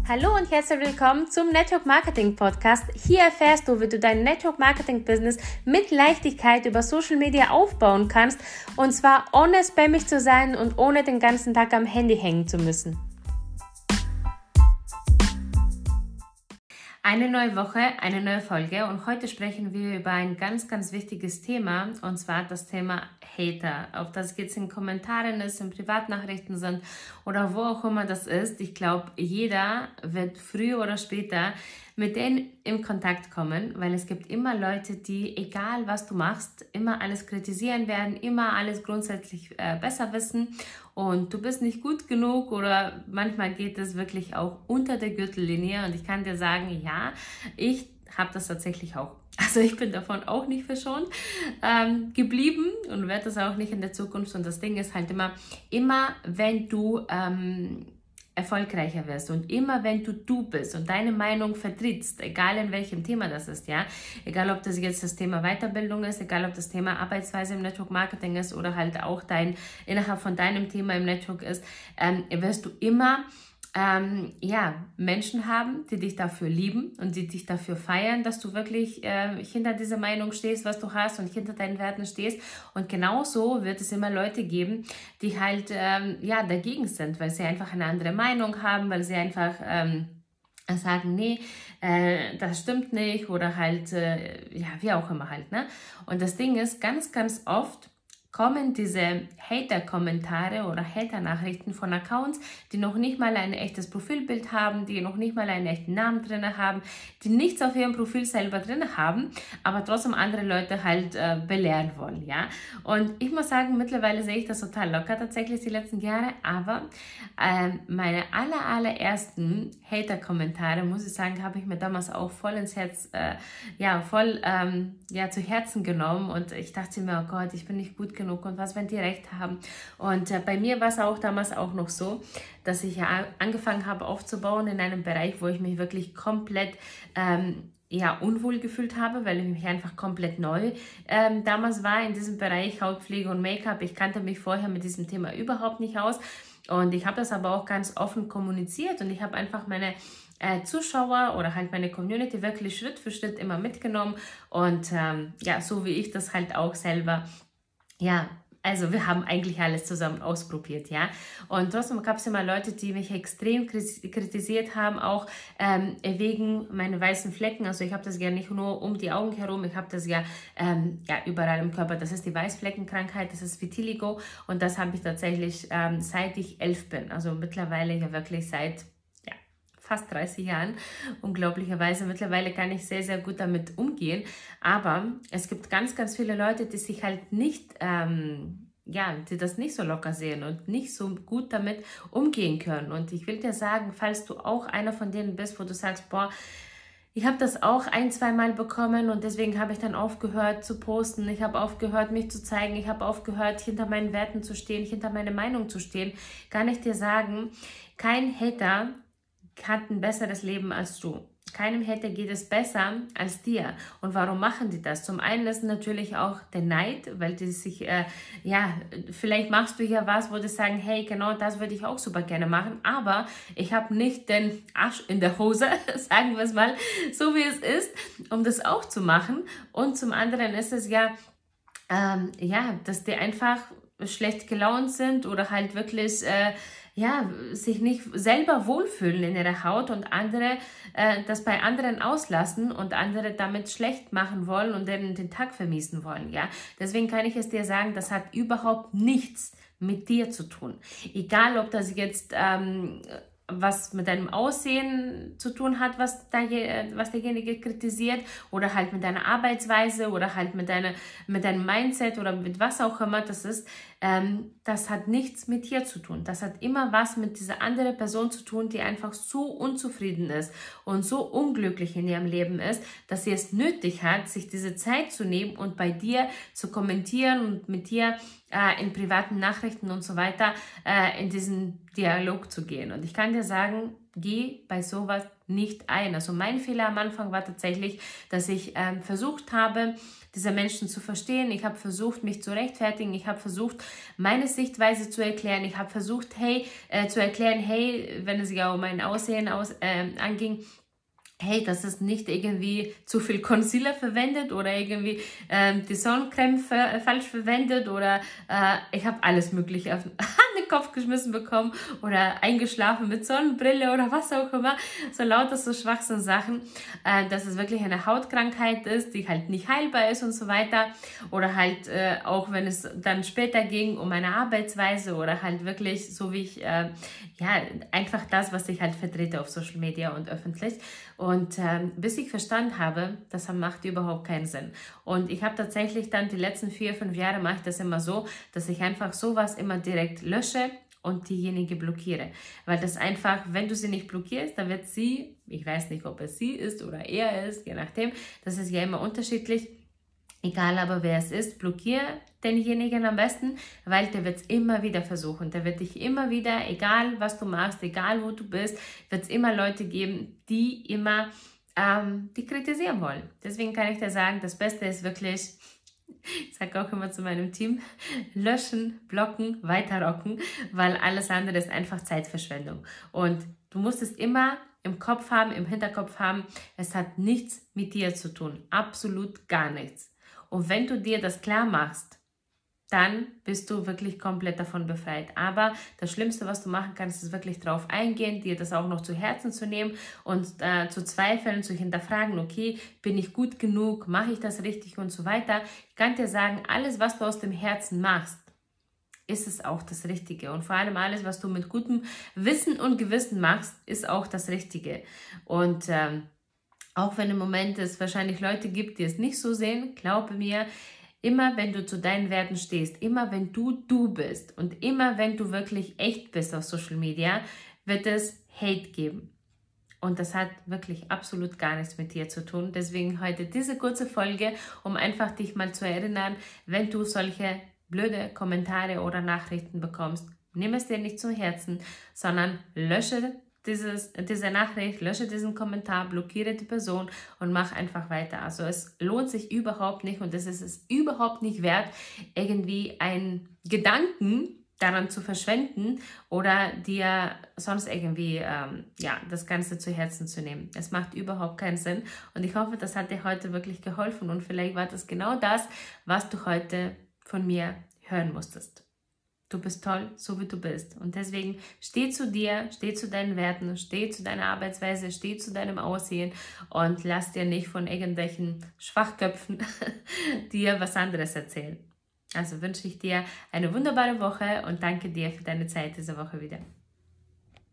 Hallo und herzlich willkommen zum Network Marketing Podcast. Hier erfährst du, wie du dein Network Marketing Business mit Leichtigkeit über Social Media aufbauen kannst, und zwar ohne spammig zu sein und ohne den ganzen Tag am Handy hängen zu müssen. Eine neue Woche, eine neue Folge, und heute sprechen wir über ein ganz, ganz wichtiges Thema, und zwar das Thema Hater. Ob das jetzt in Kommentaren ist, in Privatnachrichten sind oder wo auch immer das ist. Ich glaube, jeder wird früher oder später mit denen in Kontakt kommen, weil es gibt immer Leute, die, egal was du machst, immer alles kritisieren werden, immer alles grundsätzlich besser wissen, und du bist nicht gut genug oder manchmal geht es wirklich auch unter der Gürtellinie, und ich kann dir sagen, ja, ich habe das tatsächlich auch. Also ich bin davon auch nicht verschont geblieben und werde das auch nicht in der Zukunft. Und das Ding ist halt immer wenn du erfolgreicher wirst und immer wenn du bist und deine Meinung vertrittst, egal in welchem Thema das ist, ja, egal ob das jetzt das Thema Weiterbildung ist, egal ob das Thema Arbeitsweise im Network Marketing ist oder halt auch innerhalb von deinem Thema im Network ist, wirst du immer Menschen haben, die dich dafür lieben und die dich dafür feiern, dass du wirklich hinter dieser Meinung stehst, was du hast, und hinter deinen Werten stehst. Und genauso wird es immer Leute geben, die halt dagegen sind, weil sie einfach eine andere Meinung haben, weil sie einfach sagen, nee, das stimmt nicht, oder halt, wie auch immer halt, ne? Und das Ding ist, ganz, ganz oft kommen diese Hater-Kommentare oder Hater-Nachrichten von Accounts, die noch nicht mal ein echtes Profilbild haben, die noch nicht mal einen echten Namen drin haben, die nichts auf ihrem Profil selber drin haben, aber trotzdem andere Leute halt belehren wollen, ja. Und ich muss sagen, mittlerweile sehe ich das total locker tatsächlich die letzten Jahre, aber meine allerersten Hater-Kommentare, muss ich sagen, habe ich mir damals auch voll ins Herz, zu Herzen genommen, und ich dachte mir, oh Gott, ich bin nicht gut genug, und was, wenn die recht haben. Und bei mir war es auch damals auch noch so, dass ich ja angefangen habe aufzubauen in einem Bereich, wo ich mich wirklich komplett unwohl gefühlt habe, weil ich mich einfach komplett neu damals war in diesem Bereich Hautpflege und Make-up. Ich kannte mich vorher mit diesem Thema überhaupt nicht aus, und ich habe das aber auch ganz offen kommuniziert, und ich habe einfach meine Zuschauer oder halt meine Community wirklich Schritt für Schritt immer mitgenommen, und so wie ich das halt auch selber, also wir haben eigentlich alles zusammen ausprobiert, ja. Und trotzdem gab es immer Leute, die mich extrem kritisiert haben, auch wegen meinen weißen Flecken. Also ich habe das ja nicht nur um die Augen herum, ich habe das ja überall im Körper. Das ist die Weißfleckenkrankheit, das ist Vitiligo, und das habe ich tatsächlich seit ich 11 bin. Also mittlerweile ja wirklich seit fast 30 Jahren. Unglaublicherweise. Mittlerweile kann ich sehr, sehr gut damit umgehen. Aber es gibt ganz, ganz viele Leute, die sich halt nicht, die das nicht so locker sehen und nicht so gut damit umgehen können. Und ich will dir sagen, falls du auch einer von denen bist, wo du sagst, boah, ich habe das auch 1-2 Mal bekommen, und deswegen habe ich dann aufgehört zu posten. Ich habe aufgehört, mich zu zeigen. Ich habe aufgehört, hinter meinen Werten zu stehen, hinter meiner Meinung zu stehen. Kann ich dir sagen, kein Hater hat ein besseres Leben als du. Keinem Hater geht es besser als dir. Und warum machen die das? Zum einen ist natürlich auch der Neid, weil die sich, vielleicht machst du ja was, wo die sagen, hey, genau das würde ich auch super gerne machen, aber ich habe nicht den Arsch in der Hose, sagen wir es mal, so wie es ist, um das auch zu machen. Und zum anderen ist es dass die einfach schlecht gelaunt sind oder halt wirklich sich nicht selber wohlfühlen in ihrer Haut, und andere das bei anderen auslassen und andere damit schlecht machen wollen und denen den Tag vermiesen wollen, ja. Deswegen kann ich es dir sagen, das hat überhaupt nichts mit dir zu tun. Egal, ob das jetzt was mit deinem Aussehen zu tun hat, was derjenige kritisiert, oder halt mit deiner Arbeitsweise oder halt mit deinem Mindset oder mit was auch immer das ist, das hat nichts mit dir zu tun. Das hat immer was mit dieser anderen Person zu tun, die einfach so unzufrieden ist und so unglücklich in ihrem Leben ist, dass sie es nötig hat, sich diese Zeit zu nehmen und bei dir zu kommentieren und mit dir in privaten Nachrichten und so weiter, in diesen Dialog zu gehen. Und ich kann dir sagen, geh bei sowas nicht ein. Also mein Fehler am Anfang war tatsächlich, dass ich versucht habe, diese Menschen zu verstehen. Ich habe versucht, mich zu rechtfertigen. Ich habe versucht, meine Sichtweise zu erklären. Ich habe versucht, zu erklären, hey, wenn es ja um mein Aussehen anging, hey, dass es nicht irgendwie zu viel Concealer verwendet oder irgendwie die Sonnencreme falsch verwendet oder ich habe alles Mögliche auf den Kopf geschmissen bekommen oder eingeschlafen mit Sonnenbrille oder was auch immer. So lauter so Schwachsinn-Sachen, dass es wirklich eine Hautkrankheit ist, die halt nicht heilbar ist und so weiter. Oder halt auch, wenn es dann später ging um meine Arbeitsweise oder halt wirklich so wie ich, einfach das, was ich halt vertrete auf Social Media und öffentlich. Und bis ich verstanden habe, das macht überhaupt keinen Sinn. Und ich habe tatsächlich dann die letzten 4, 5 Jahre mache ich das immer so, dass ich einfach sowas immer direkt lösche und diejenige blockiere. Weil das einfach, wenn du sie nicht blockierst, dann wird sie, ich weiß nicht, ob es sie ist oder er ist, je nachdem, das ist ja immer unterschiedlich. Egal aber wer es ist, blockiere denjenigen am besten, weil der wird es immer wieder versuchen. Der wird dich immer wieder, egal was du machst, egal wo du bist, wird es immer Leute geben, die immer die kritisieren wollen. Deswegen kann ich dir sagen, das Beste ist wirklich, ich sage auch immer zu meinem Team, löschen, blocken, weiterrocken, weil alles andere ist einfach Zeitverschwendung. Und du musst es immer im Kopf haben, im Hinterkopf haben, es hat nichts mit dir zu tun, absolut gar nichts. Und wenn du dir das klar machst, dann bist du wirklich komplett davon befreit. Aber das Schlimmste, was du machen kannst, ist wirklich drauf eingehen, dir das auch noch zu Herzen zu nehmen und zu zweifeln, zu hinterfragen, okay, bin ich gut genug, mache ich das richtig und so weiter. Ich kann dir sagen, alles, was du aus dem Herzen machst, ist es auch das Richtige. Und vor allem alles, was du mit gutem Wissen und Gewissen machst, ist auch das Richtige. Und auch wenn im Moment es wahrscheinlich Leute gibt, die es nicht so sehen, glaube mir, immer wenn du zu deinen Werten stehst, immer wenn du bist und immer wenn du wirklich echt bist auf Social Media, wird es Hate geben. Und das hat wirklich absolut gar nichts mit dir zu tun. Deswegen heute diese kurze Folge, um einfach dich mal zu erinnern, wenn du solche blöde Kommentare oder Nachrichten bekommst, nimm es dir nicht zum Herzen, sondern lösche diese Nachricht, lösche diesen Kommentar, blockiere die Person und mach einfach weiter. Also es lohnt sich überhaupt nicht und es ist es überhaupt nicht wert, irgendwie einen Gedanken daran zu verschwenden oder dir sonst irgendwie das Ganze zu Herzen zu nehmen. Es macht überhaupt keinen Sinn und ich hoffe, das hat dir heute wirklich geholfen und vielleicht war das genau das, was du heute von mir hören musstest. Du bist toll, so wie du bist. Und deswegen steh zu dir, steh zu deinen Werten, steh zu deiner Arbeitsweise, steh zu deinem Aussehen und lass dir nicht von irgendwelchen Schwachköpfen dir was anderes erzählen. Also wünsche ich dir eine wunderbare Woche und danke dir für deine Zeit diese Woche wieder.